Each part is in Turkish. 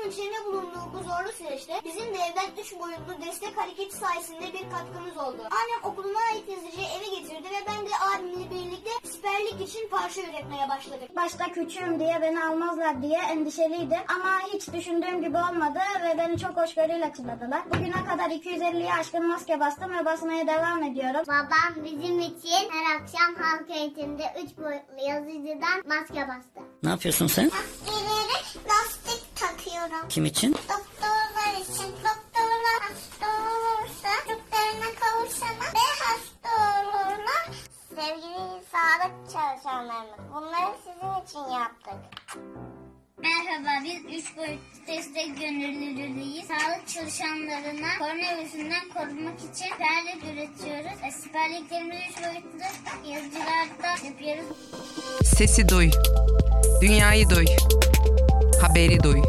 Salgının içinde bulunduğu bu zorlu süreçte bizim de evden 3 boyutlu destek hareketi sayesinde bir katkımız oldu. Annem okuluna ait yazıcıyı eve getirdi ve ben de abimle birlikte siperlik için parça üretmeye başladık. Başta küçüğüm diye beni almazlar diye endişeliydim ama hiç düşündüğüm gibi olmadı ve beni çok hoşgörüyle kıladılar. Bugüne kadar 250'yi aşkın maske bastım ve basmaya devam ediyorum. Babam bizim için her akşam halk eğitimde 3 boyutlu yazıcıdan maske bastı. Ne yapıyorsun sen? Maskelere lastik takıyorum. Kim için? Doktorlar için. Doktorlar hasta olursa çocuklarına kavuşana ve hasta olurlar. Sevgili sağlık çalışanlarımız, bunları sizin için yaptık. Merhaba, biz 3 boyutlu destek gönüllüleriyiz. Sağlık çalışanlarına koronavirüsünden korunmak için siperlik üretiyoruz. Siperliklerimizi 3 boyutlu yazıcılarda yapıyoruz. Sesi duy, dünyayı duy, haberi duy.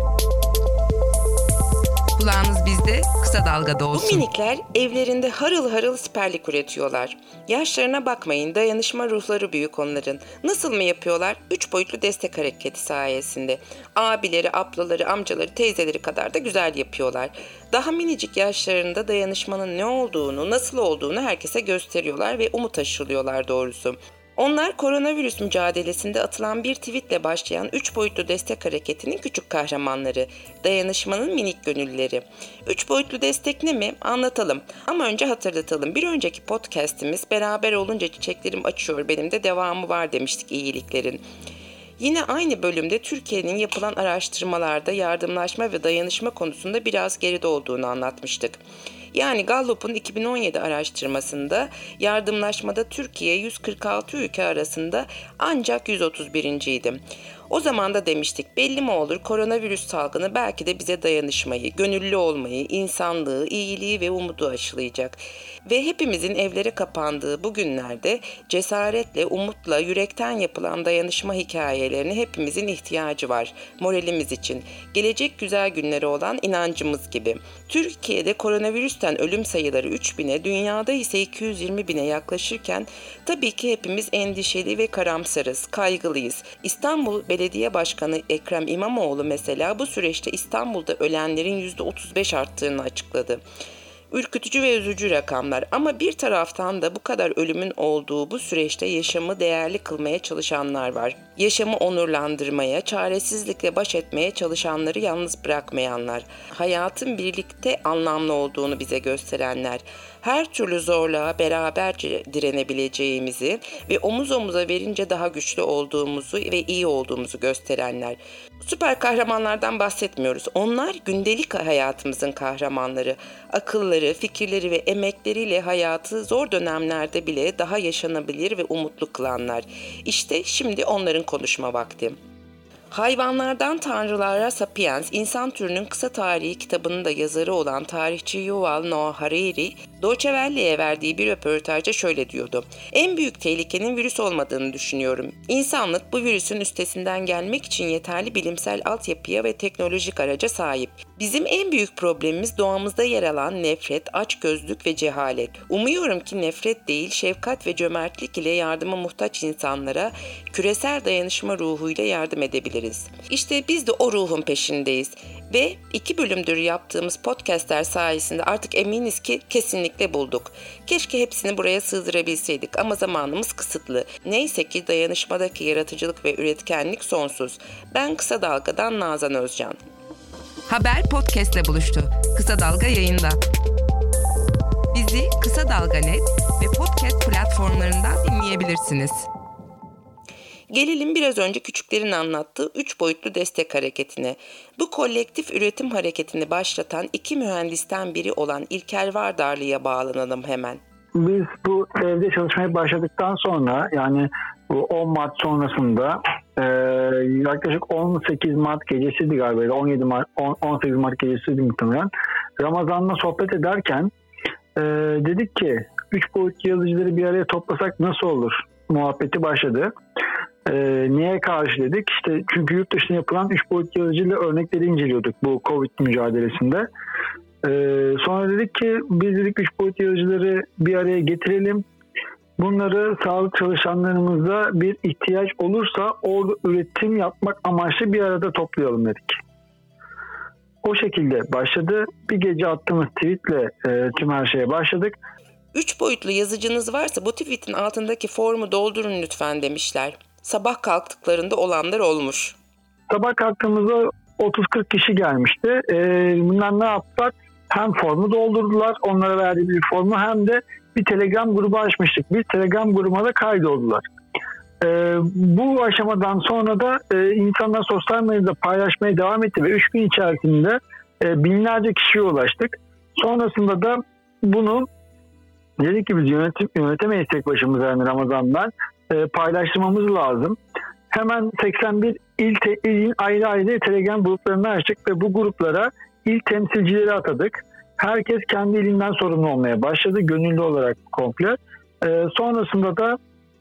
Kulağınız bizde, kısa dalgada olsun. Bu minikler evlerinde harıl harıl siperlik üretiyorlar. Yaşlarına bakmayın, dayanışma ruhları büyük onların. Nasıl mı yapıyorlar? 3 boyutlu destek hareketi sayesinde. Abileri, ablaları, amcaları, teyzeleri kadar da güzel yapıyorlar. Daha minicik yaşlarında dayanışmanın ne olduğunu, nasıl olduğunu herkese gösteriyorlar ve umut aşılıyorlar doğrusu. Onlar koronavirüs mücadelesinde atılan bir tweetle başlayan 3 boyutlu destek hareketinin küçük kahramanları, dayanışmanın minik gönüllüleri. 3 boyutlu destek ne mi? Anlatalım. Ama önce hatırlatalım. Bir önceki podcast'imiz beraber olunca çiçeklerim açıyor, benim de devamı var demiştik iyiliklerin. Yine aynı bölümde Türkiye'nin yapılan araştırmalarda yardımlaşma ve dayanışma konusunda biraz geride olduğunu anlatmıştık. Yani Gallup'un 2017 araştırmasında yardımlaşmada Türkiye 146 ülke arasında ancak 131. idi. O zaman da demiştik, belli mi olur koronavirüs salgını belki de bize dayanışmayı, gönüllü olmayı, insanlığı, iyiliği ve umudu aşılayacak. Ve hepimizin evlere kapandığı bu günlerde cesaretle, umutla, yürekten yapılan dayanışma hikayelerine hepimizin ihtiyacı var. Moralimiz için, gelecek güzel günleri olan inancımız gibi. Türkiye'de koronavirüsten ölüm sayıları 3000'e, dünyada ise 220.000'e yaklaşırken tabii ki hepimiz endişeli ve karamsarız, kaygılıyız. İstanbul Belediye Başkanı Ekrem İmamoğlu mesela bu süreçte İstanbul'da ölenlerin %35 arttığını açıkladı. Ürkütücü ve üzücü rakamlar ama bir taraftan da bu kadar ölümün olduğu bu süreçte yaşamı değerli kılmaya çalışanlar var. Yaşamı onurlandırmaya, çaresizlikle baş etmeye çalışanları yalnız bırakmayanlar. Hayatın birlikte anlamlı olduğunu bize gösterenler. Her türlü zorluğa beraberce direnebileceğimizi ve omuz omuza verince daha güçlü olduğumuzu ve iyi olduğumuzu gösterenler. Süper kahramanlardan bahsetmiyoruz. Onlar gündelik hayatımızın kahramanları. Akılları, fikirleri ve emekleriyle hayatı zor dönemlerde bile daha yaşanabilir ve umutlu kılanlar. İşte şimdi onların konuşma vakti. Hayvanlardan Tanrılara Sapiens, İnsan Türünün Kısa Tarihi kitabının da yazarı olan tarihçi Yuval Noah Harari, Deutsche Welle'ye verdiği bir röportajda şöyle diyordu. En büyük tehlikenin virüs olmadığını düşünüyorum. İnsanlık bu virüsün üstesinden gelmek için yeterli bilimsel altyapıya ve teknolojik araca sahip. Bizim en büyük problemimiz doğamızda yer alan nefret, açgözlülük ve cehalet. Umuyorum ki nefret değil, şefkat ve cömertlik ile yardıma muhtaç insanlara küresel dayanışma ruhuyla yardım edebiliriz. İşte biz de o ruhun peşindeyiz. Ve 2 bölümdür yaptığımız podcastler sayesinde artık eminiz ki kesinlikle bulduk. Keşke hepsini buraya sığdırabilseydik ama zamanımız kısıtlı. Neyse ki dayanışmadaki yaratıcılık ve üretkenlik sonsuz. Ben Kısa Dalga'dan Nazan Özcan. Haber podcast'le buluştu. Kısa Dalga yayında. Bizi Kısa Dalga.net ve podcast platformlarından dinleyebilirsiniz. Gelelim biraz önce küçüklerin anlattığı 3 boyutlu destek hareketine. Bu kolektif üretim hareketini başlatan 2 mühendisten biri olan İlker Vardarlı'ya bağlanalım hemen. Biz bu evde çalışmaya başladıktan sonra yani bu 10 Mart sonrasında yaklaşık 18 Mart gecesiydi galiba, 17 Mart, 18 Mart gecesiydi muhtemelen. Ramazan'la sohbet ederken dedik ki 3 boyutlu yazıcıları bir araya toplasak nasıl olur? Muhabbeti başladı. Niye karşı dedik? İşte çünkü yurt dışında yapılan 3 boyutlu yazıcıyla örnekleri inceliyorduk bu Covid mücadelesinde. Sonra dedik ki biz dedik 3 boyutlu yazıcıları bir araya getirelim. Bunları sağlık çalışanlarımıza bir ihtiyaç olursa orada üretim yapmak amaçlı bir arada toplayalım dedik. O şekilde başladı. Bir gece attığımız tweetle tüm her şeye başladık. 3 boyutlu yazıcınız varsa bu tweetin altındaki formu doldurun lütfen demişler. Sabah kalktıklarında olanlar olmuş. Sabah kalktığımızda 30-40 kişi gelmişti. Bunlar ne yaptılar? Hem formu doldurdular, onlara verdiğimiz bir formu, hem de bir Telegram grubu açmıştık. Bir Telegram grubuna da kaydoldular. Bu aşamadan sonra da insanlar sosyal medyada paylaşmaya devam etti ve 3 gün içerisinde binlerce kişiye ulaştık. Sonrasında da bunu dedik ki biz yönetemeyiz tek başımıza, yani Ramazan'dan paylaştırmamız lazım. Hemen 81 ilin ayrı ayrı Telegram gruplarını açtık ve bu gruplara il temsilcileri atadık. Herkes kendi ilinden sorumlu olmaya başladı, gönüllü olarak komple. Sonrasında da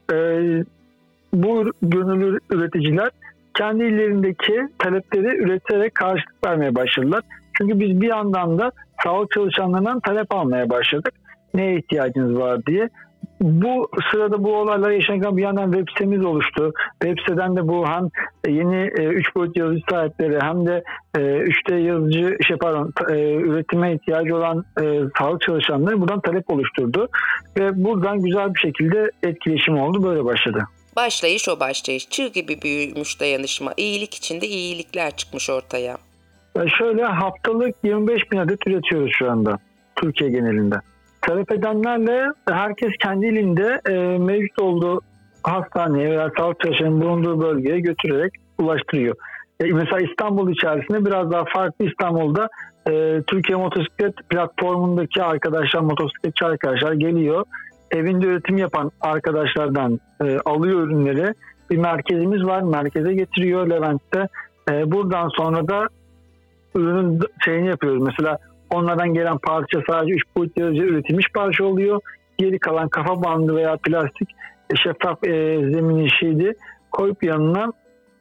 bu gönüllü üreticiler kendi illerindeki talepleri üreterek karşılık vermeye başladılar. Çünkü biz bir yandan da sağlık çalışanlarından talep almaya başladık. Neye ihtiyacınız var diye. Bu sırada bu olaylar yaşanırken bir yandan web sitemiz oluştu. Web siteden de bu hem yeni 3 boyutlu yazıcı sahipleri hem de 3D yazıcı üretime ihtiyacı olan sağlık çalışanları buradan talep oluşturdu. Ve buradan güzel bir şekilde etkileşim oldu. Böyle başladı. Başlayış o başlayış. Çığ gibi büyümüş dayanışma. İyilik içinde iyilikler çıkmış ortaya. Şöyle haftalık 25 bin adet üretiyoruz şu anda Türkiye genelinde. Talep edenlerle herkes kendi ilinde mevcut olduğu hastaneye veya sağlık çalışanının bulunduğu bölgeye götürerek ulaştırıyor. Mesela İstanbul içerisinde biraz daha farklı. İstanbul'da Türkiye Motosiklet Platformu'ndaki arkadaşlar, motosikletçi arkadaşlar geliyor. Evinde üretim yapan arkadaşlardan alıyor ürünleri. Bir merkezimiz var. Merkeze getiriyor Levent'te. Buradan sonra da ürünün şeyini yapıyoruz. Mesela onlardan gelen parça sadece 3 boyutlu yazıcı üretilmiş parça oluyor. Geri kalan kafa bandı veya plastik şeffaf zemin işiydi. Koyup yanına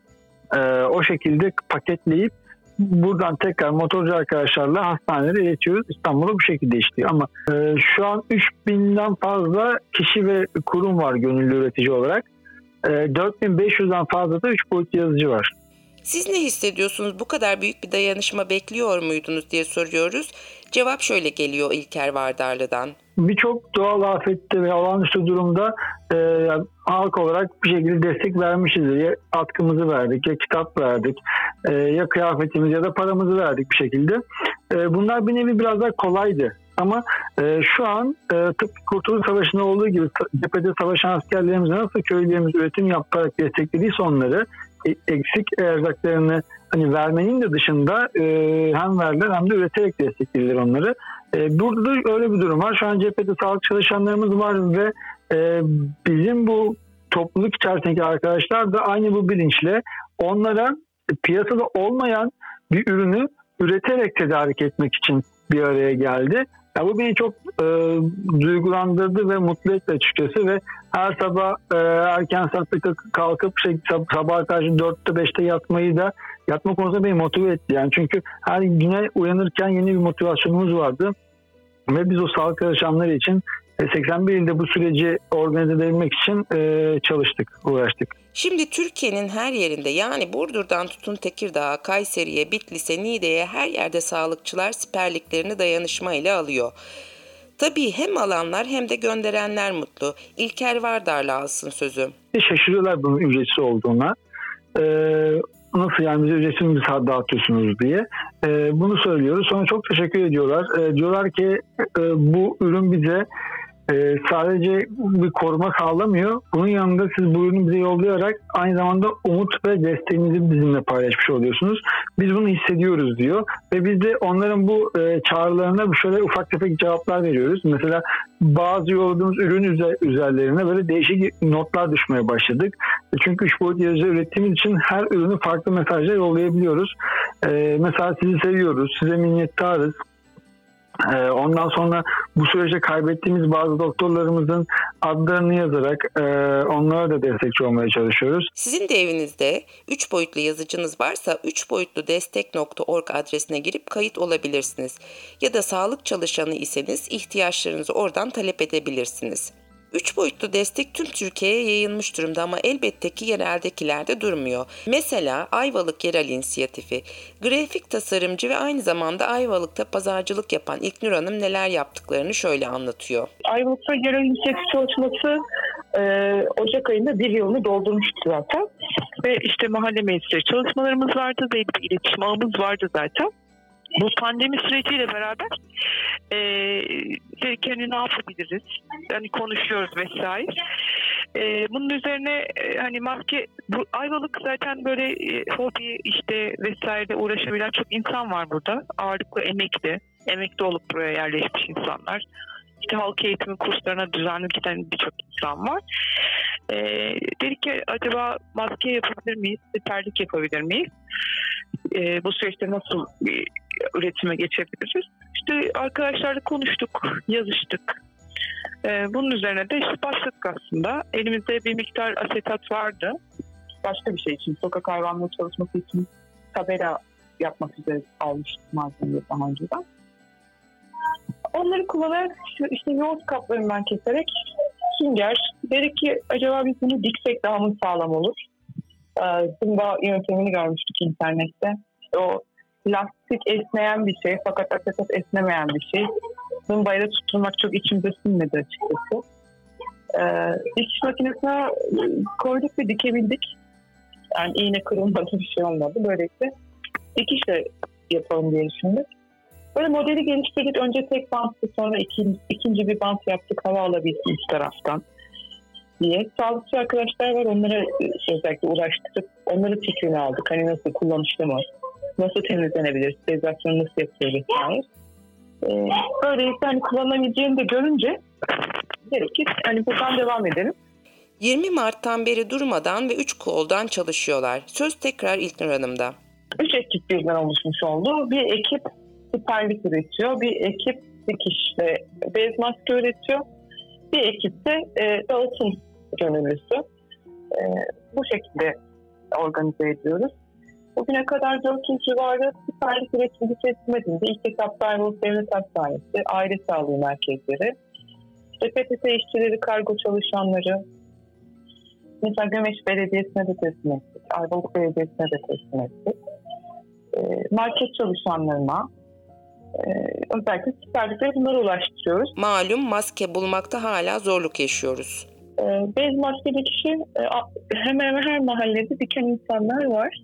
o şekilde paketleyip buradan tekrar motorcu arkadaşlarla hastanelere iletiyoruz. İstanbul'da bu şekilde işliyor. Ama şu an 3000'den fazla kişi ve kurum var gönüllü üretici olarak. 4500'den fazla da 3 boyutlu yazıcı var. Siz ne hissediyorsunuz? Bu kadar büyük bir dayanışma bekliyor muydunuz diye soruyoruz. Cevap şöyle geliyor İlker Vardarlı'dan. Birçok doğal afette ve olağanüstü durumda halk olarak bir şekilde destek vermişizdir. Ya atkımızı verdik, ya kitap verdik, ya kıyafetimizi ya da paramızı verdik bir şekilde. Bunlar bir nevi biraz daha kolaydı. Ama şu an tıpkı Kurtuluş Savaşı'nda olduğu gibi cephede savaşan askerlerimize nasıl köylerimiz üretim yaparak desteklediyse onları, eksik erzaklarını hani vermenin de dışında hem verdiler hem de üreterek desteklediler onları. Burada da öyle bir durum var. Şu an cephede sağlık çalışanlarımız var ve bizim bu topluluk içerisindeki arkadaşlar da aynı bu bilinçle onlara piyasada olmayan bir ürünü üreterek tedarik etmek için bir araya geldi. Ya bu beni çok duygulandırdı ve mutlu etti açıkçası ve her sabah erken saatte kalkıp sabah karşı 4'te 5'te yatma konusunda beni motive etti. Yani çünkü her güne uyanırken yeni bir motivasyonumuz vardı ve biz o sağlık çalışanları için 81 ilde bu süreci organize edebilmek için çalıştık, uğraştık. Şimdi Türkiye'nin her yerinde, yani Burdur'dan tutun Tekirdağ'a, Kayseri'ye, Bitlis'e, Niğde'ye her yerde sağlıkçılar siperliklerini dayanışmayla alıyor. Tabii hem alanlar hem de gönderenler mutlu. İlker Vardarlı alsın sözü. Şaşırıyorlar bunun ücretsiz olduğuna. Nasıl yani bize ücretsiz mi dağıtıyorsunuz diye. Bunu söylüyoruz. Sonra çok teşekkür ediyorlar. Diyorlar ki bu ürün bize sadece bir koruma sağlamıyor. Bunun yanında siz bu ürünü bize yollayarak aynı zamanda umut ve desteğinizi bizimle paylaşmış oluyorsunuz. Biz bunu hissediyoruz diyor. Ve biz de onların bu çağrılarına şöyle ufak tefek cevaplar veriyoruz. Mesela bazı yolladığımız ürün üzerlerine böyle değişik notlar düşmeye başladık. Çünkü 3 boyutlu yazıcı ürettiğimiz için her ürünü farklı mesajla yollayabiliyoruz. Mesela sizi seviyoruz, size minnettarız. Ondan sonra bu süreçte kaybettiğimiz bazı doktorlarımızın adlarını yazarak onlara da destekçi olmaya çalışıyoruz. Sizin de evinizde 3 boyutlu yazıcınız varsa 3boyutludestek.org adresine girip kayıt olabilirsiniz. Ya da sağlık çalışanı iseniz ihtiyaçlarınızı oradan talep edebilirsiniz. Üç boyutlu destek tüm Türkiye'ye yayılmış durumda ama elbette ki yereldekilerde durmuyor. Mesela Ayvalık Yerel İnisiyatifi, grafik tasarımcı ve aynı zamanda Ayvalık'ta pazarcılık yapan İlknur Hanım neler yaptıklarını şöyle anlatıyor. Ayvalık'ta yerel inisiyatif çalışması Ocak ayında 1 yılını doldurmuştu zaten. Ve işte mahalle meclisleri çalışmalarımız vardı, belli bir iletişim ağımız vardı zaten. Bu pandemi süreciyle beraber dedik hani ne yapabiliriz? Yani konuşuyoruz vesaire. Bunun üzerine hani maske, bu Ayvalık zaten böyle hobi işte vesaire uğraşabilen çok insan var burada. Ağırlıklı emekli olup buraya yerleşmiş insanlar. İşte halk eğitimi kurslarına düzenli giden birçok insan var. Dedik ki acaba maske yapabilir miyiz? Siperlik yapabilir miyiz? Bu süreçte nasıl üretime geçebiliriz? İşte arkadaşlarla konuştuk, yazıştık. Bunun üzerine de işte başladık aslında. Elimizde bir miktar asetat vardı. Başka bir şey için, sokak hayvanları çalışması için tabela yapmak üzere almıştık malzemeyi daha önceden. Onları kullanarak işte yoğurt kaplarından keserek sünger. Dedik ki acaba biz bunu diksek daha mı sağlam olur? Zımba yöntemini görmüştük internette. İşte o lastik esneyen bir şey fakat asetat esnemeyen bir şey. Zımbayla tutturmak çok içimize sinmedi açıkçası. Dikiş makinesine koyduk ve dikebildik. Yani iğne kırılmadı, bir şey olmadı. Böylelikle dikişle yapalım diye düşündük. Böyle modeli geliştirdik. Önce tek banttı, sonra ikinci bir bant yaptık hava alabilsin üst taraftan diye. Sağlıkçı arkadaşlar var, onlara özellikle uğraştırıp onları fikrini aldık. Hani nasıl kullanışlı mı, nasıl temizlenebilir, sterilizasyonu nasıl yapıyoruz vesaire. Böylelikle hani kullanabileceğini de görünce dedik ki hani buradan devam edelim. 20 Mart'tan beri durmadan ve 3 koldan çalışıyorlar. Söz tekrar İlknur Hanım'da. 3 ekip birden oluşmuş oldu. Bir ekip siperlik üretiyor, bir ekip dikişle bez maske üretiyor, bir ekip de dağıtım gönüllüsü. Bu şekilde organize ediyoruz. Bugüne kadar 400 civarı siperlik üretimi teslim edildi. İlk etapta Ayvalık Devlet Hastanesi, aile sağlığı merkezleri, işte PTT işçileri, kargo çalışanları, mesela Gömeş Belediyesi'ne de teslim ettik, Ayvalık Belediyesi'ne de teslim ettik. Market çalışanlarına, özellikle siperlikleri bunlara ulaştırıyoruz. Malum maske bulmakta hala zorluk yaşıyoruz. Bez maske dikişi hemen her mahallede diken insanlar var.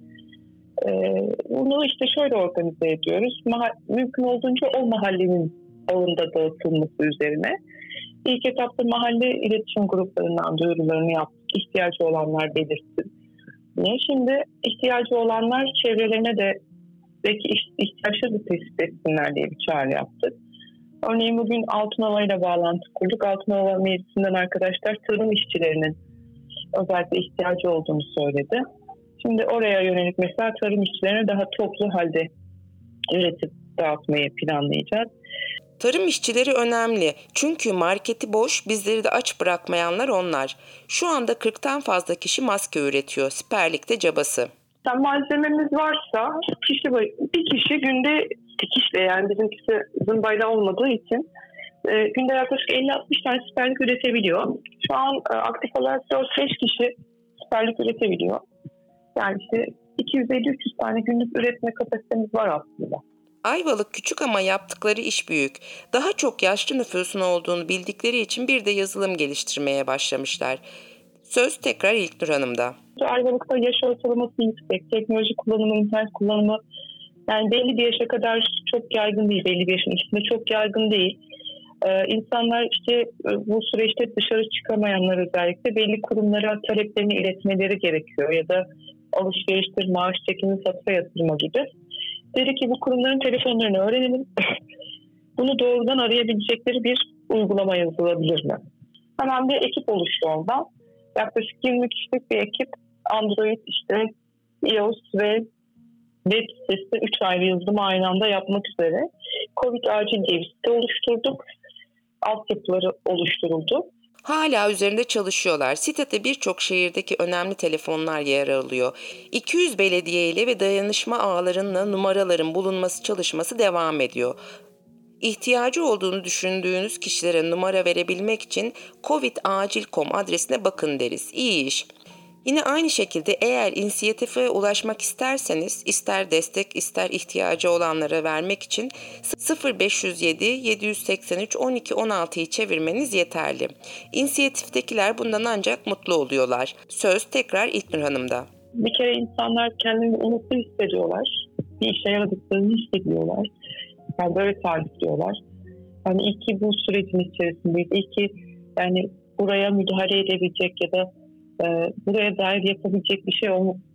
Bunu işte şöyle organize ediyoruz. Mümkün olduğunca o mahallenin alında dağıtılması üzerine. İlk etapta mahalle iletişim gruplarından duyurularını yaptık. İhtiyacı olanlar belirsin diye. Şimdi ihtiyacı olanlar çevrelerine de belki ihtiyaçları da tespit etsinler diye bir çağrı yaptık. Örneğin bugün Altınova ile bağlantı kurduk. Altınova Meclisi'nden arkadaşlar tarım işçilerinin özellikle ihtiyacı olduğunu söyledi. Şimdi oraya yönelik mesela tarım işçilerine daha toplu halde üretip dağıtmayı planlayacağız. Tarım işçileri önemli. Çünkü marketi boş, bizleri de aç bırakmayanlar onlar. Şu anda 40'tan fazla kişi maske üretiyor. Siperlikte cabası. Malzememiz varsa bir kişi günde dikişle, yani bizimkisi zımbayla olmadığı için günde yaklaşık 50-60 tane siperlik üretebiliyor. Şu an aktif olarak 4-5 kişi siperlik üretebiliyor. Yani işte 250-300 tane günlük üretme kapasitemiz var aslında. Ayvalık küçük ama yaptıkları iş büyük. Daha çok yaşlı nüfusun olduğunu bildikleri için bir de yazılım geliştirmeye başlamışlar. Söz tekrar İlknur Hanım'da. Ayvalık'ta yaş ortalaması yüksek, teknoloji kullanımı, internet kullanımı yani belli bir yaşa kadar çok yaygın değil, belli bir yaşın üstünde çok yaygın değil. İnsanlar işte bu süreçte dışarı çıkamayanlar özellikle belli kurumlara taleplerini iletmeleri gerekiyor ya da alışveriştir, maaş çekimi, fatura yatırma gibi. Dedi ki bu kurumların telefonlarını öğrenelim. Bunu doğrudan arayabilecekleri bir uygulama yazılabilir mi? Hemen bir ekip oluştu ondan. Yaklaşık 20 kişilik bir ekip Android, işte iOS ve web sitesi 3 ayrı yazılımı aynı anda yapmak üzere Covid acil diye bir site oluşturduk. Altyapıları oluşturuldu. Hala üzerinde çalışıyorlar. Sitede birçok şehirdeki önemli telefonlar yer alıyor. 200 belediye ile ve dayanışma ağlarıyla numaraların bulunması çalışması devam ediyor. İhtiyacı olduğunu düşündüğünüz kişilere numara verebilmek için covidacil.com adresine bakın deriz. İyi iş. Yine aynı şekilde eğer inisiyatife ulaşmak isterseniz ister destek ister ihtiyacı olanlara vermek için 0507 783 12 16'yı çevirmeniz yeterli. İnisiyatiftekiler bundan ancak mutlu oluyorlar. Söz tekrar İlknur Hanım'da. Bir kere insanlar kendini umutlu hissediyorlar. Bir işe yaradıklarını hissediyorlar. Yani böyle tarifliyorlar. Yani iyi ki bu sürecin içerisindeyiz. İyi ki yani buraya müdahale edebilecek ya da buraya dair yapabilecek bir şey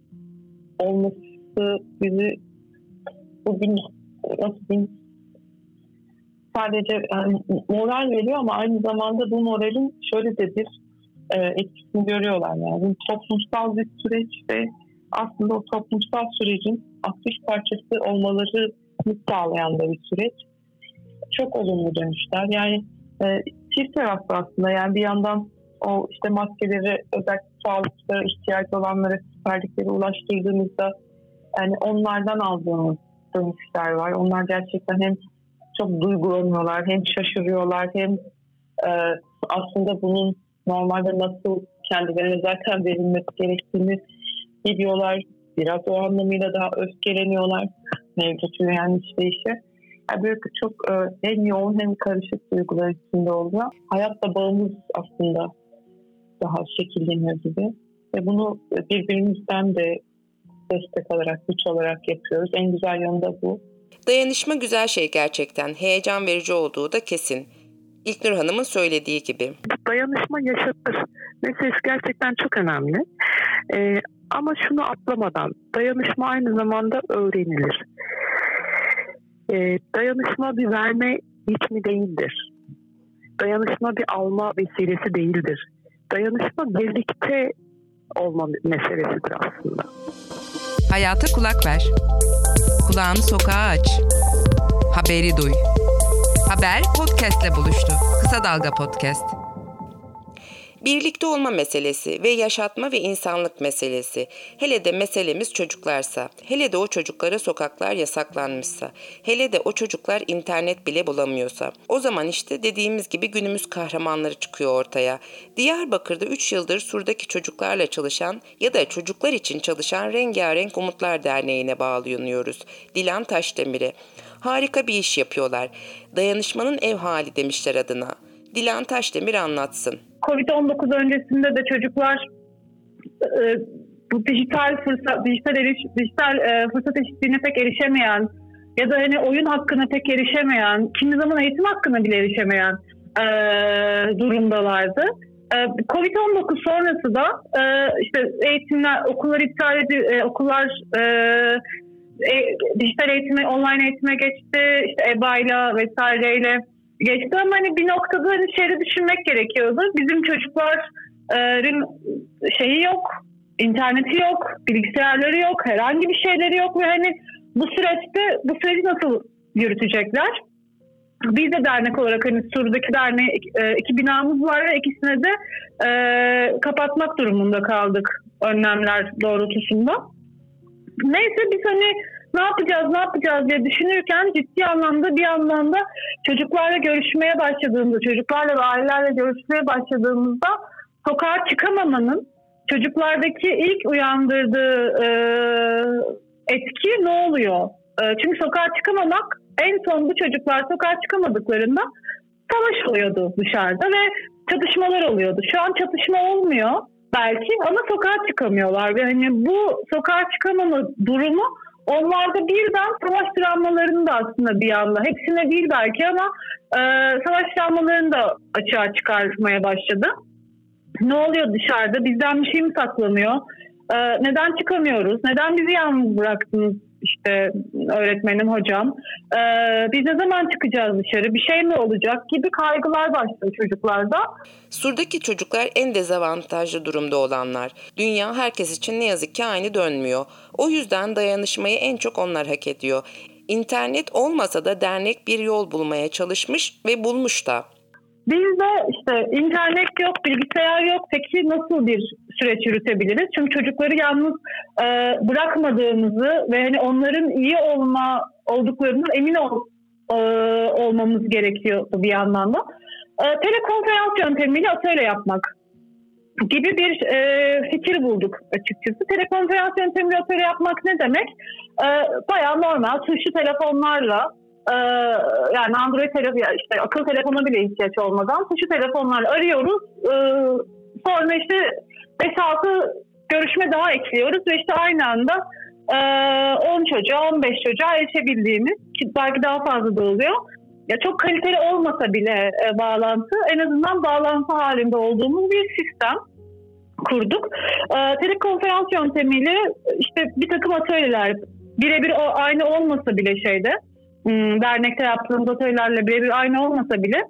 olması bizi bugün nasıl diyeyim, sadece yani moral veriyor ama aynı zamanda bu moralin şöyle de bir etkisini görüyorlar. Yani toplumsal bir süreç ve aslında o toplumsal sürecin aktif parçası olmalarını sağlayan da bir süreç. Çok olumlu dönüşler. Yani çift taraflı aslında. Yani bir yandan o işte maskeleri özellikle sağlıklı ihtiyaç olanlara siperliklere ulaştırdığımızda yani onlardan aldığımız dönüşler var. Onlar gerçekten hem çok duygulanıyorlar, hem şaşırıyorlar, hem aslında bunun normalde nasıl kendilerine zaten verilmesi gerektiğini biliyorlar. Biraz o anlamıyla daha öfkeleniyorlar mevcut yani işleyişe. Yani böyle çok hem yoğun hem karışık duygular içinde oluyor. Hayatla bağımız aslında daha şekilleniyor gibi. Ve bunu birbirimizden de destek olarak, güç olarak yapıyoruz. En güzel yanı da bu. Dayanışma güzel şey gerçekten. Heyecan verici olduğu da kesin. İlknur Hanım'ın söylediği gibi. Dayanışma yaşatır. Meselesi gerçekten çok önemli. Ama şunu atlamadan, dayanışma aynı zamanda öğrenilir. Dayanışma bir verme biçimi değildir. Dayanışma bir alma vesilesi değildir. Dayanışma birlikte olma meselesidir aslında. Hayata kulak ver. Kulağını sokağa aç. Haberi duy. Haber podcastle buluştu. Kısa Dalga Podcast. Birlikte olma meselesi ve yaşatma ve insanlık meselesi. Hele de meselemiz çocuklarsa, hele de o çocuklara sokaklar yasaklanmışsa, hele de o çocuklar internet bile bulamıyorsa. O zaman işte dediğimiz gibi günümüz kahramanları çıkıyor ortaya. Diyarbakır'da 3 yıldır Sur'daki çocuklarla çalışan ya da çocuklar için çalışan Rengarenk Umutlar Derneği'ne bağlanıyoruz. Dilan Taşdemir'e. Harika bir iş yapıyorlar. Dayanışmanın ev hali demişler adına. Dilan Taşdemir anlatsın. Covid-19 öncesinde de çocuklar bu dijital fırsat eşitliğine pek erişemeyen ya da hani oyun hakkına pek erişemeyen, kimi zaman eğitim hakkına bile erişemeyen durumdalardı. Covid-19 sonrası da işte eğitimler, okullar iptal edildi, okullar dijital eğitime, online eğitime geçti, işte EBA'yla vesaireyle geçti ama hani bir noktada hani şeyi düşünmek gerekiyordu. Bizim çocukların şeyi yok, interneti yok, bilgisayarları yok, herhangi bir şeyleri yok ve hani bu süreci nasıl yürütecekler? Biz de dernek olarak hani Sur'daki derneği 2 binamız var ve ikisine de kapatmak durumunda kaldık önlemler doğrultusunda. Neyse biz hani ne yapacağız diye düşünürken ciddi anlamda bir yandan da çocuklarla görüşmeye başladığımızda, çocuklarla ve ailelerle görüşmeye başladığımızda sokağa çıkamamanın çocuklardaki ilk uyandırdığı etki ne oluyor? Çünkü sokağa çıkamamak, en son bu çocuklar sokağa çıkamadıklarında savaş oluyordu dışarıda ve çatışmalar oluyordu. Şu an çatışma olmuyor belki ama sokağa çıkamıyorlar ve hani bu sokağa çıkamama durumu onlarda birden savaş travmalarını da aslında bir anda, hepsine değil belki ama savaş travmalarını da açığa çıkarmaya başladı. Ne oluyor dışarıda? Bizden bir şey mi saklanıyor? Neden çıkamıyoruz? Neden bizi yalnız bıraktınız işte öğretmenim, hocam? Biz ne zaman çıkacağız dışarı? Bir şey mi olacak gibi kaygılar başladı çocuklarda. Sur'daki çocuklar en dezavantajlı durumda olanlar. Dünya herkes için ne yazık ki aynı dönmüyor. O yüzden dayanışmayı en çok onlar hak ediyor. İnternet olmasa da dernek bir yol bulmaya çalışmış ve bulmuş da. Biz de işte internet yok, bilgisayar yok. Peki nasıl bir süreç yürütebiliriz? Çünkü çocukları yalnız bırakmadığımızı ve hani onların iyi olduklarından emin olmamız gerekiyordu bir yandan da. Telekonferans yöntemiyle atölye yapmak gibi bir fikir bulduk açıkçası. Telekonferans yöntemiyle atölye yapmak ne demek? Bayağı normal tuşlu telefonlarla yani Android telefon, işte akıllı telefona bile ihtiyaç olmadan tuşlu telefonlarla arıyoruz. Sonra işte 5-6 görüşme daha ekliyoruz ve işte aynı anda 10 çocuğa 15 çocuğa erişebildiğimiz, ki belki daha fazla da oluyor. Ya çok kaliteli olmasa bile bağlantı, en azından bağlantı halinde olduğumuz bir sistem kurduk. Telekonferans yöntemiyle işte bir takım atölyeler, birebir aynı olmasa bile dernekte yaptığımız atölyelerle birebir aynı olmasa bile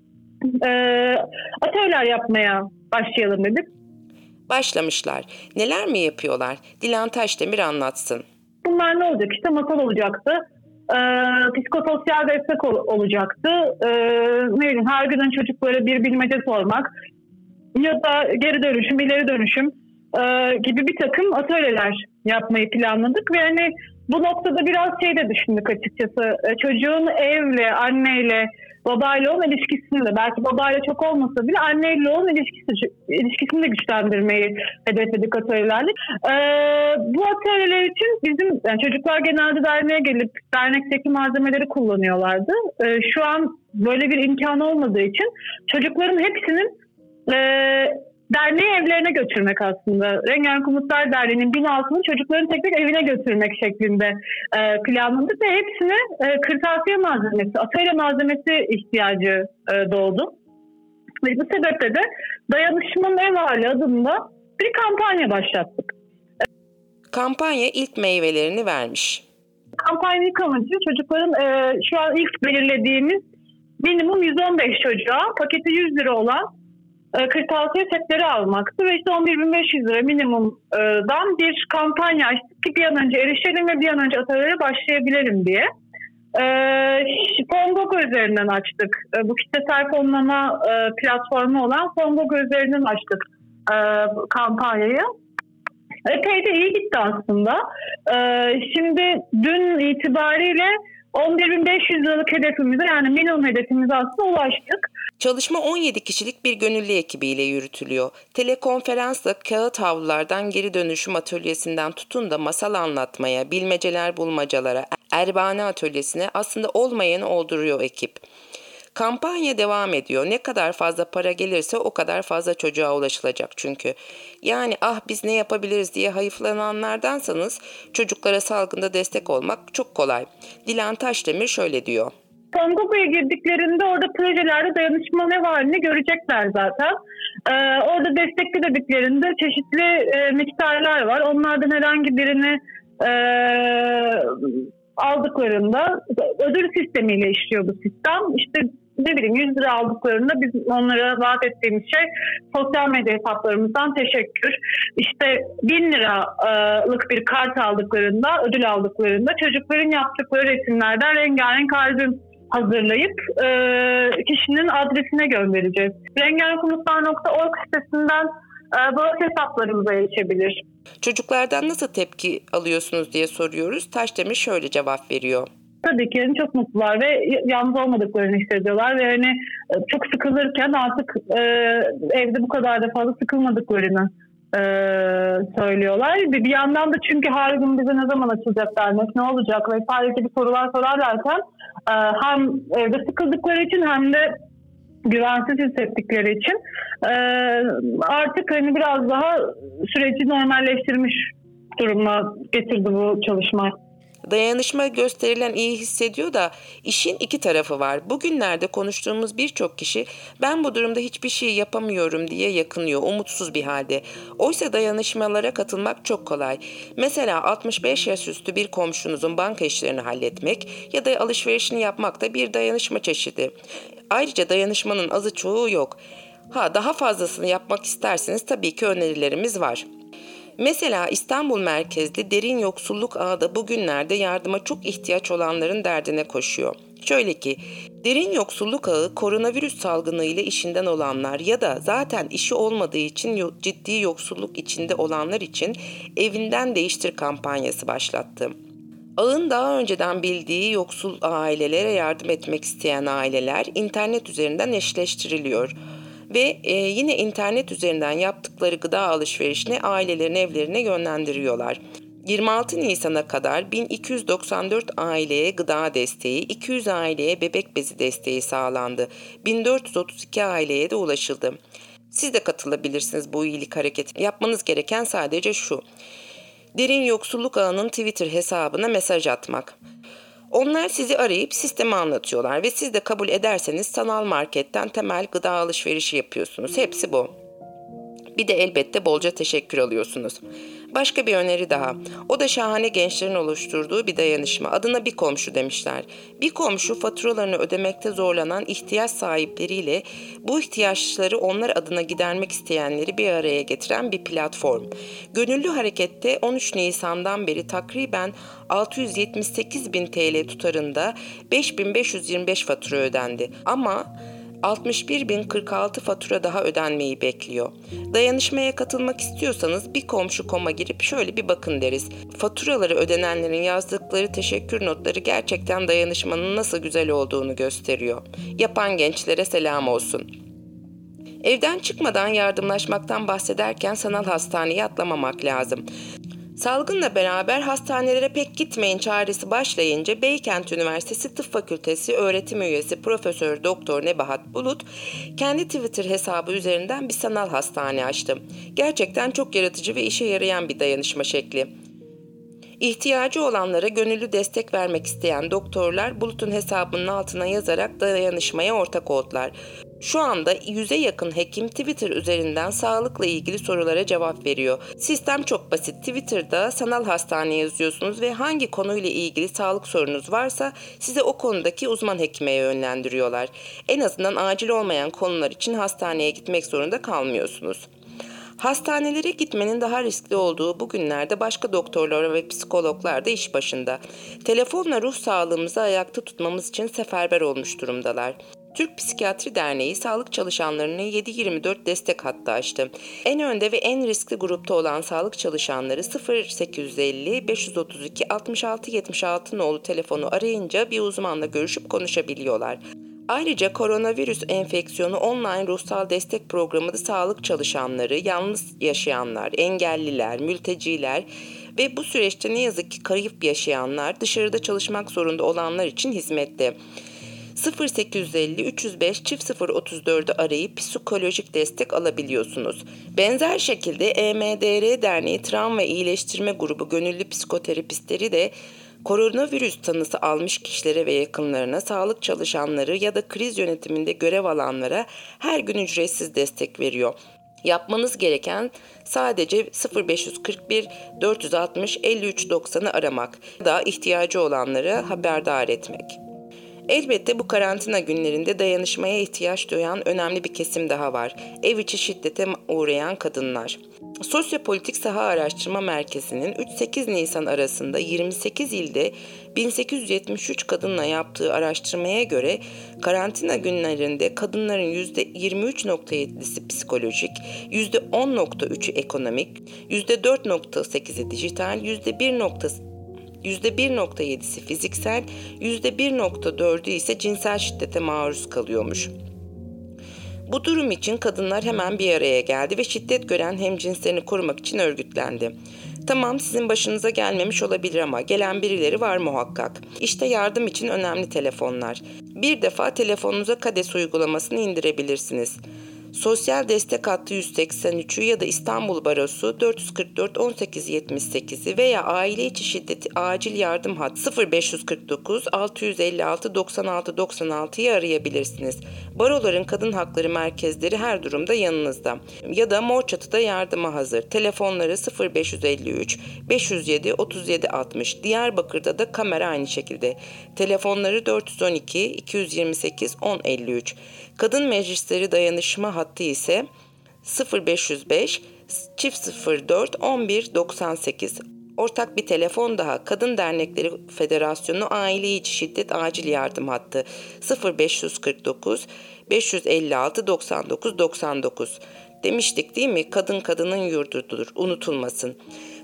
atölyeler yapmaya başlayalım dedik. Başlamışlar. Neler mi yapıyorlar? Dilan Taşdemir anlatsın. Bunlar ne olacak? İşte masal olacaktı. Psikososyal destek olacaktı. Ne bileyim, her gün çocuklara bir bilmece sormak ya da geri dönüşüm, ileri dönüşüm gibi bir takım atölyeler yapmayı planladık ve hani bu noktada biraz de düşündük açıkçası. Çocuğun evle, anneyle, babayla olan ilişkisini de, belki babayla çok olmasa bile anneyle olan ilişkisini de güçlendirmeyi hedefledik atölyelerle. Bu atölyeler için bizim çocuklar genelde derneğe gelip dernekteki malzemeleri kullanıyorlardı. Şu an böyle bir imkan olmadığı için çocukların hepsinin derneği evlerine götürmek aslında. Rengarenk Umutlar Derneği'nin binasını çocukların tek tek evine götürmek şeklinde planladık ve hepsine kırtasiye malzemesi, atölye malzemesi ihtiyacı doğdu. Ve bu sebeple de Dayanışmanın Ev Hali adında bir kampanya başlattık. Kampanya ilk meyvelerini vermiş. Kampanyanın ilk amacı çocukların şu an ilk belirlediğimiz minimum 115 çocuğa paketi 100 lira olan kırtasiye setleri almaktı ve işte 11.500 lira minimumdan bir kampanya açtık ki bir an önce erişelim ve bir an önce atölyelere başlayabilelim diye. Fongogo üzerinden açtık. Bu kitlesel fonlama platformu olan Fongogo üzerinden açtık kampanyayı. Epey de iyi gitti aslında. Şimdi dün itibariyle 11.500 liralık hedefimize, yani minimum hedefimize aslında ulaştık. Çalışma 17 kişilik bir gönüllü ekibiyle yürütülüyor. Telekonferansla kağıt havlulardan geri dönüşüm atölyesinden tutun da masal anlatmaya, bilmeceler bulmacalara, erbane atölyesine aslında olmayanı olduruyor ekip. Kampanya devam ediyor. Ne kadar fazla para gelirse o kadar fazla çocuğa ulaşılacak çünkü. Yani biz ne yapabiliriz diye hayıflananlardansanız çocuklara salgında destek olmak çok kolay. Dilan Taşdemir şöyle diyor. Fongogo'ya girdiklerinde orada projelerde dayanışma ev halini görecekler zaten. Orada desteklediklerinde çeşitli miktarlar var. Onlardan herhangi birini aldıklarında ödül sistemiyle işliyor bu sistem. İşte 100 lira aldıklarında biz onlara vaat ettiğimiz sosyal medya hesaplarımızdan teşekkür. İşte 1000 liralık bir kart aldıklarında, ödül aldıklarında çocukların yaptıkları resimlerden rengarenk albüm hazırlayıp kişinin adresine göndereceğiz. rengarenkumutlar.org sitesinden bağış hesaplarımıza erişebilir. Çocuklardan nasıl tepki alıyorsunuz diye soruyoruz. Taşdemir şöyle cevap veriyor. Tabii ki çok mutlular ve yalnız olmadıklarını hissediyorlar ve çok sıkılırken artık evde bu kadar da fazla sıkılmadıklarını söylüyorlar. Bir yandan da çünkü her gün bize ne zaman açılacak dernek, ne olacak vesaire gibi sorular sorarlarken hem evde sıkıldıkları için hem de güvensiz hissettikleri için artık biraz daha süreci normalleştirmiş duruma getirdi bu çalışma. Dayanışma gösterilen iyi hissediyor da işin iki tarafı var. Bugünlerde konuştuğumuz birçok kişi ben bu durumda hiçbir şey yapamıyorum diye yakınıyor, umutsuz bir halde. Oysa dayanışmalara katılmak çok kolay. Mesela 65 yaş üstü bir komşunuzun banka işlerini halletmek ya da alışverişini yapmak da bir dayanışma çeşidi. Ayrıca dayanışmanın azı çoğu yok. Daha fazlasını yapmak isterseniz tabii ki önerilerimiz var. Mesela İstanbul merkezli derin yoksulluk ağı da bugünlerde yardıma çok ihtiyaç olanların derdine koşuyor. Şöyle ki, derin yoksulluk ağı koronavirüs salgını ile işinden olanlar ya da zaten işi olmadığı için ciddi yoksulluk içinde olanlar için evinden değiştir kampanyası başlattı. Ağın daha önceden bildiği yoksul ailelere yardım etmek isteyen aileler internet üzerinden eşleştiriliyor. Ve yine internet üzerinden yaptıkları gıda alışverişini ailelerin evlerine yönlendiriyorlar. 26 Nisan'a kadar 1294 aileye gıda desteği, 200 aileye bebek bezi desteği sağlandı. 1432 aileye de ulaşıldı. Siz de katılabilirsiniz bu iyilik hareketi. Yapmanız gereken sadece şu: Derin Yoksulluk Ağı'nın Twitter hesabına mesaj atmak. Onlar sizi arayıp sistemi anlatıyorlar ve siz de kabul ederseniz sanal marketten temel gıda alışverişi yapıyorsunuz. Hepsi bu. Bir de elbette bolca teşekkür alıyorsunuz. Başka bir öneri daha. O da şahane gençlerin oluşturduğu bir dayanışma. Adına Bir Komşu demişler. Bir komşu faturalarını ödemekte zorlanan ihtiyaç sahipleriyle bu ihtiyaçları onlar adına gidermek isteyenleri bir araya getiren bir platform. Gönüllü harekette 13 Nisan'dan beri takriben 678.000 TL tutarında 5.525 fatura ödendi. Ama 61.046 fatura daha ödenmeyi bekliyor. Dayanışmaya katılmak istiyorsanız bikomşu.com'a girip şöyle bir bakın deriz. Faturaları ödenenlerin yazdıkları teşekkür notları gerçekten dayanışmanın nasıl güzel olduğunu gösteriyor. Yapan gençlere selam olsun. Evden çıkmadan yardımlaşmaktan bahsederken sanal hastaneye atlamamak lazım. Salgınla beraber hastanelere pek gitmeyin çağrısı başlayınca Beykent Üniversitesi Tıp Fakültesi öğretim üyesi Profesör Doktor Nebahat Bulut kendi Twitter hesabı üzerinden bir sanal hastane açtı. Gerçekten çok yaratıcı ve işe yarayan bir dayanışma şekli. İhtiyacı olanlara gönüllü destek vermek isteyen doktorlar Bulut'un hesabının altına yazarak dayanışmaya ortak oldular. Şu anda 100'e yakın hekim Twitter üzerinden sağlıkla ilgili sorulara cevap veriyor. Sistem çok basit. Twitter'da sanal hastane yazıyorsunuz ve hangi konuyla ilgili sağlık sorunuz varsa size o konudaki uzman hekime yönlendiriyorlar. En azından acil olmayan konular için hastaneye gitmek zorunda kalmıyorsunuz. Hastanelere gitmenin daha riskli olduğu bu günlerde başka doktorlar ve psikologlar da iş başında. Telefonla ruh sağlığımızı ayakta tutmamız için seferber olmuş durumdalar. Türk Psikiyatri Derneği sağlık çalışanlarına 7/24 destek hattı açtı. En önde ve en riskli grupta olan sağlık çalışanları 0850 532 66 76 nolu telefonu arayınca bir uzmanla görüşüp konuşabiliyorlar. Ayrıca koronavirüs enfeksiyonu online ruhsal destek programı da sağlık çalışanları, yalnız yaşayanlar, engelliler, mülteciler ve bu süreçte ne yazık ki kayıp yaşayanlar, dışarıda çalışmak zorunda olanlar için hizmette. 0850 305 0034'ü arayıp psikolojik destek alabiliyorsunuz. Benzer şekilde EMDR Derneği Travma İyileştirme Grubu gönüllü psikoterapistleri de koronavirüs tanısı almış kişilere ve yakınlarına, sağlık çalışanları ya da kriz yönetiminde görev alanlara her gün ücretsiz destek veriyor. Yapmanız gereken sadece 0541 460 5390'ı aramak da ihtiyacı olanları haberdar etmek. Elbette bu karantina günlerinde dayanışmaya ihtiyaç duyan önemli bir kesim daha var. Ev içi şiddete uğrayan kadınlar. Sosyopolitik Saha Araştırma Merkezi'nin 3-8 Nisan arasında 28 ilde 1873 kadınla yaptığı araştırmaya göre karantina günlerinde kadınların %23.7'si psikolojik, %10.3'ü ekonomik, %4.8'i dijital, %1.7'si fiziksel, %1.4'ü ise cinsel şiddete maruz kalıyormuş. Bu durum için kadınlar hemen bir araya geldi ve şiddet gören hemcinslerini korumak için örgütlendi. Tamam, sizin başınıza gelmemiş olabilir ama gelen birileri var muhakkak. İşte yardım için önemli telefonlar. Bir defa telefonunuza KADES uygulamasını indirebilirsiniz. Sosyal destek hattı 183'ü ya da İstanbul Barosu 444 18 78'i veya aile içi şiddeti acil yardım hattı 0549 656 96 96'yı arayabilirsiniz. Baroların kadın hakları merkezleri her durumda yanınızda. Ya da Mor Çatı'da yardıma hazır. Telefonları 0553 507 37 60. Diyarbakır'da da kamera aynı şekilde. Telefonları 412 228 1053. Kadın Meclisleri Dayanışma hattı ise 0505 04 11 98. Ortak bir telefon daha. Kadın Dernekleri Federasyonu Aile İçi Şiddet Acil Yardım Hattı 0549 556 99 99. Demiştik değil mi? Kadın kadının yurdudur, unutulmasın.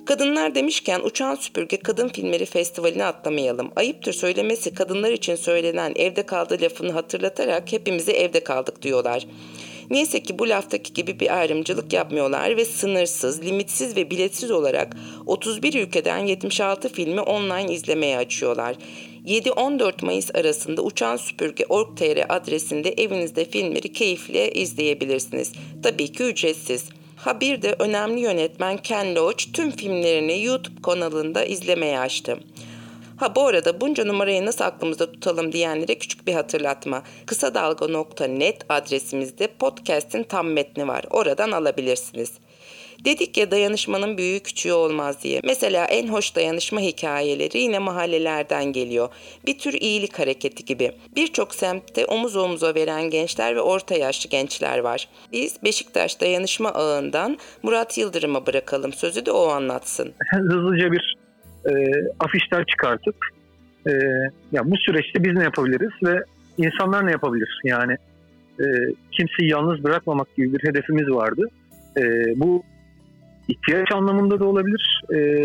Kadınlar demişken Uçan Süpürge Kadın Filmleri Festivali'ne atlamayalım. Ayıptır söylemesi kadınlar için söylenen evde kaldı lafını hatırlatarak hepimize evde kaldık diyorlar. Neyse ki bu laftaki gibi bir ayrımcılık yapmıyorlar ve sınırsız, limitsiz ve biletsiz olarak 31 ülkeden 76 filmi online izlemeye açıyorlar. 7-14 Mayıs arasında uçansüpürge.org.tr adresinde evinizde filmleri keyifle izleyebilirsiniz. Tabii ki ücretsiz. Ha bir de önemli yönetmen Ken Loach tüm filmlerini YouTube kanalında izlemeye açtı. Ha bu arada bunca numarayı nasıl aklımızda tutalım diyenlere küçük bir hatırlatma. Kısadalga.net adresimizde podcast'in tam metni var. Oradan alabilirsiniz. Dedik ya dayanışmanın büyüğü küçüğü olmaz diye. Mesela en hoş dayanışma hikayeleri yine mahallelerden geliyor. Bir tür iyilik hareketi gibi. Birçok semtte omuz omuza veren gençler ve orta yaşlı gençler var. Biz Beşiktaş Dayanışma Ağı'ndan Murat Yıldırım'a bırakalım. Sözü de o anlatsın. Hızlıca bir afişler çıkartıp ya bu süreçte biz ne yapabiliriz ve insanlar ne yapabilir? Yani kimseyi yalnız bırakmamak gibi bir hedefimiz vardı. Bu ihtiyaç anlamında da olabilir.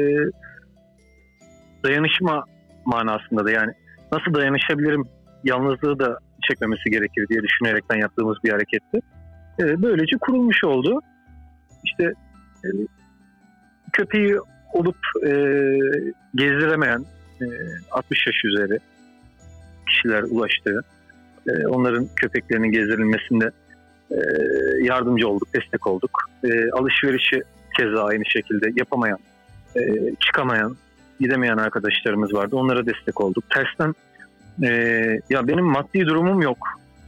Dayanışma manasında da yani nasıl dayanışabilirim yalnızlığı da çekmemesi gerekir diye düşünerekten yaptığımız bir hareketti. Böylece kurulmuş oldu. İşte köpeği olup gezdiremeyen 60 yaş üzeri kişiler ulaştı. Onların köpeklerinin gezdirilmesinde yardımcı olduk, destek olduk. Alışverişi keza aynı şekilde yapamayan, çıkamayan, gidemeyen arkadaşlarımız vardı. Onlara destek olduk. Tersten ya benim maddi durumum yok.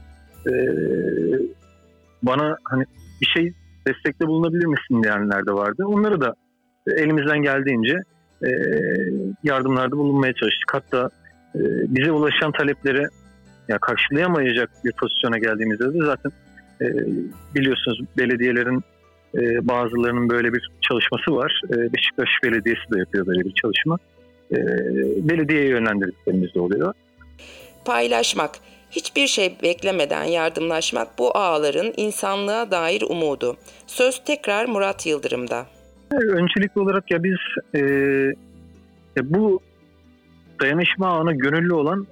Bana hani bir şey destekte bulunabilir misin diyenler de vardı. Onları da elimizden geldiğince yardımlarda bulunmaya çalıştık. Hatta bize ulaşan talepleri ya karşılayamayacak bir pozisyona geldiğimizde de zaten biliyorsunuz belediyelerin bazılarının böyle bir çalışması var. Beşiktaş Belediyesi de yapıyor böyle bir çalışma. Belediyeye yönlendirdiklerimiz de oluyor. Paylaşmak, hiçbir şey beklemeden yardımlaşmak bu ağların insanlığa dair umudu. Söz tekrar Murat Yıldırım'da. Öncelikli olarak ya biz bu dayanışma ağına gönüllü olan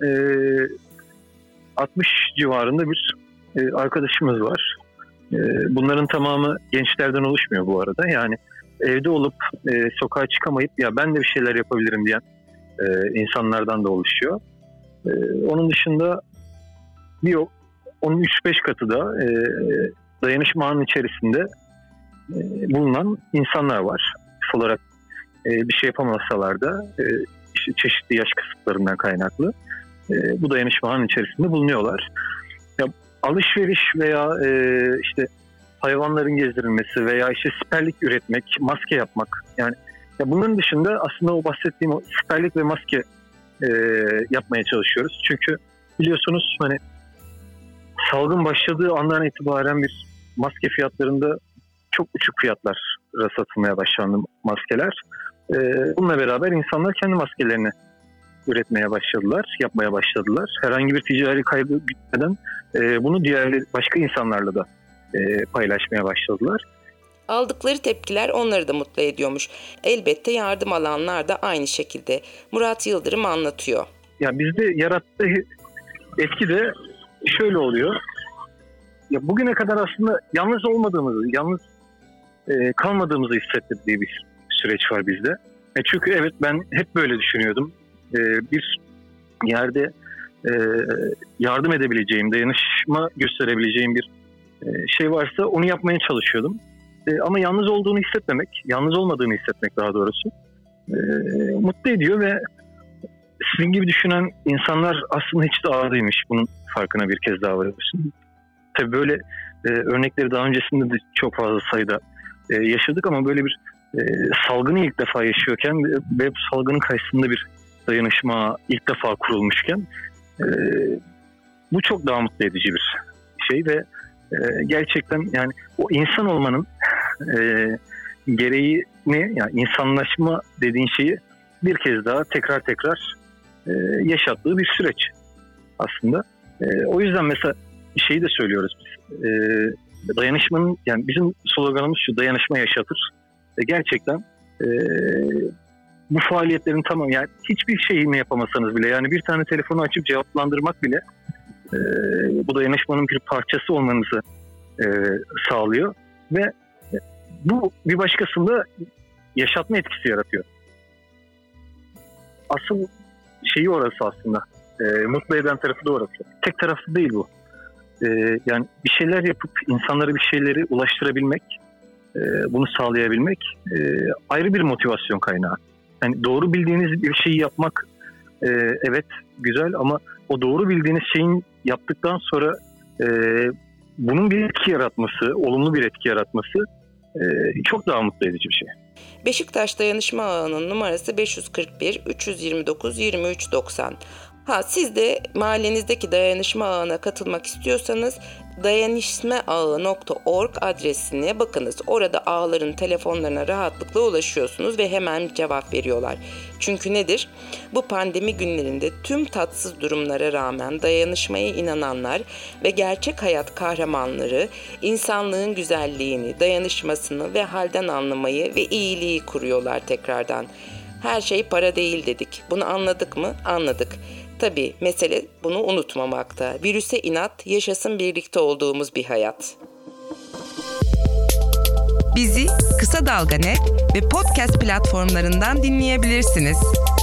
60 civarında bir arkadaşımız var. Bunların tamamı gençlerden oluşmuyor bu arada. Yani evde olup sokağa çıkamayıp ya ben de bir şeyler yapabilirim diyen insanlardan da oluşuyor. Onun dışında onun 3-5 katı da dayanışma ağının içerisinde bulunan insanlar var. Olarak bir şey yapamasalar da işte çeşitli yaş kısıtlarından kaynaklı bu dayanışma ağının içerisinde bulunuyorlar. Ya, alışveriş veya işte hayvanların gezdirilmesi veya işte siperlik üretmek, maske yapmak yani ya bunların dışında aslında o bahsettiğim o siperlik ve maske yapmaya çalışıyoruz. Çünkü biliyorsunuz hani salgın başladığı andan itibaren bir maske fiyatlarında çok uçuk fiyatlara satılmaya başlandı maskeler. Bununla beraber insanlar kendi maskelerini üretmeye başladılar, yapmaya başladılar. Herhangi bir ticari kaybı bitmeden bunu diğer başka insanlarla da paylaşmaya başladılar. Aldıkları tepkiler onları da mutlu ediyormuş. Elbette yardım alanlar da aynı şekilde. Murat Yıldırım anlatıyor. Ya bizde yarattığı etki de şöyle oluyor. Ya bugüne kadar aslında yalnız olmadığımızı, yalnız kalmadığımızı hissettirdiği bir süreç var bizde. Çünkü evet ben hep böyle düşünüyordum. Bir yerde yardım edebileceğim, dayanışma gösterebileceğim bir şey varsa onu yapmaya çalışıyordum. Ama yalnız olduğunu hissetmemek, yalnız olmadığını hissetmek daha doğrusu mutlu ediyor ve sizin gibi düşünen insanlar aslında hiç de ağırlıymış. Bunun farkına bir kez daha varıyorsun. Tabii böyle örnekleri daha öncesinde de çok fazla sayıda yaşadık ama böyle bir salgını ilk defa yaşıyorken ve bu salgının karşısında bir dayanışma ilk defa kurulmuşken bu çok daha mutlu edici bir şey ve gerçekten yani o insan olmanın gereğini yani insanlaşma dediğin şeyi bir kez daha tekrar yaşattığı bir süreç aslında. O yüzden mesela şeyi de söylüyoruz biz. Dayanışmanın yani bizim sloganımız şu dayanışma yaşatır. Gerçekten bu faaliyetlerin tamam, yani hiçbir şeyini yapamasanız bile, yani bir tane telefonu açıp cevaplandırmak bile bu dayanışmanın bir parçası olmanızı sağlıyor ve bu bir başkasında yaşatma etkisi yaratıyor. Asıl şeyi orası aslında. Mutlu eden tarafı da orası. Tek taraflı değil bu. Yani bir şeyler yapıp insanlara bir şeyleri ulaştırabilmek, bunu sağlayabilmek ayrı bir motivasyon kaynağı. Yani doğru bildiğiniz bir şeyi yapmak evet güzel, ama o doğru bildiğiniz şeyin yaptıktan sonra bunun bir etki yaratması, olumlu bir etki yaratması çok daha mutlu edici bir şey. Beşiktaş Dayanışma Ağı'nın numarası 541 329 23 90. Siz de mahallenizdeki dayanışma ağına katılmak istiyorsanız dayanışmaağı.org adresine bakınız. Orada ağların telefonlarına rahatlıkla ulaşıyorsunuz ve hemen cevap veriyorlar. Çünkü nedir? Bu pandemi günlerinde tüm tatsız durumlara rağmen dayanışmaya inananlar ve gerçek hayat kahramanları insanlığın güzelliğini, dayanışmasını ve halden anlamayı ve iyiliği kuruyorlar tekrardan. Her şey para değil dedik. Bunu anladık mı? Anladık. Tabii mesele bunu unutmamakta. Virüse inat, yaşasın birlikte olduğumuz bir hayat. Bizi Kısa Dalga Net ve podcast platformlarından dinleyebilirsiniz.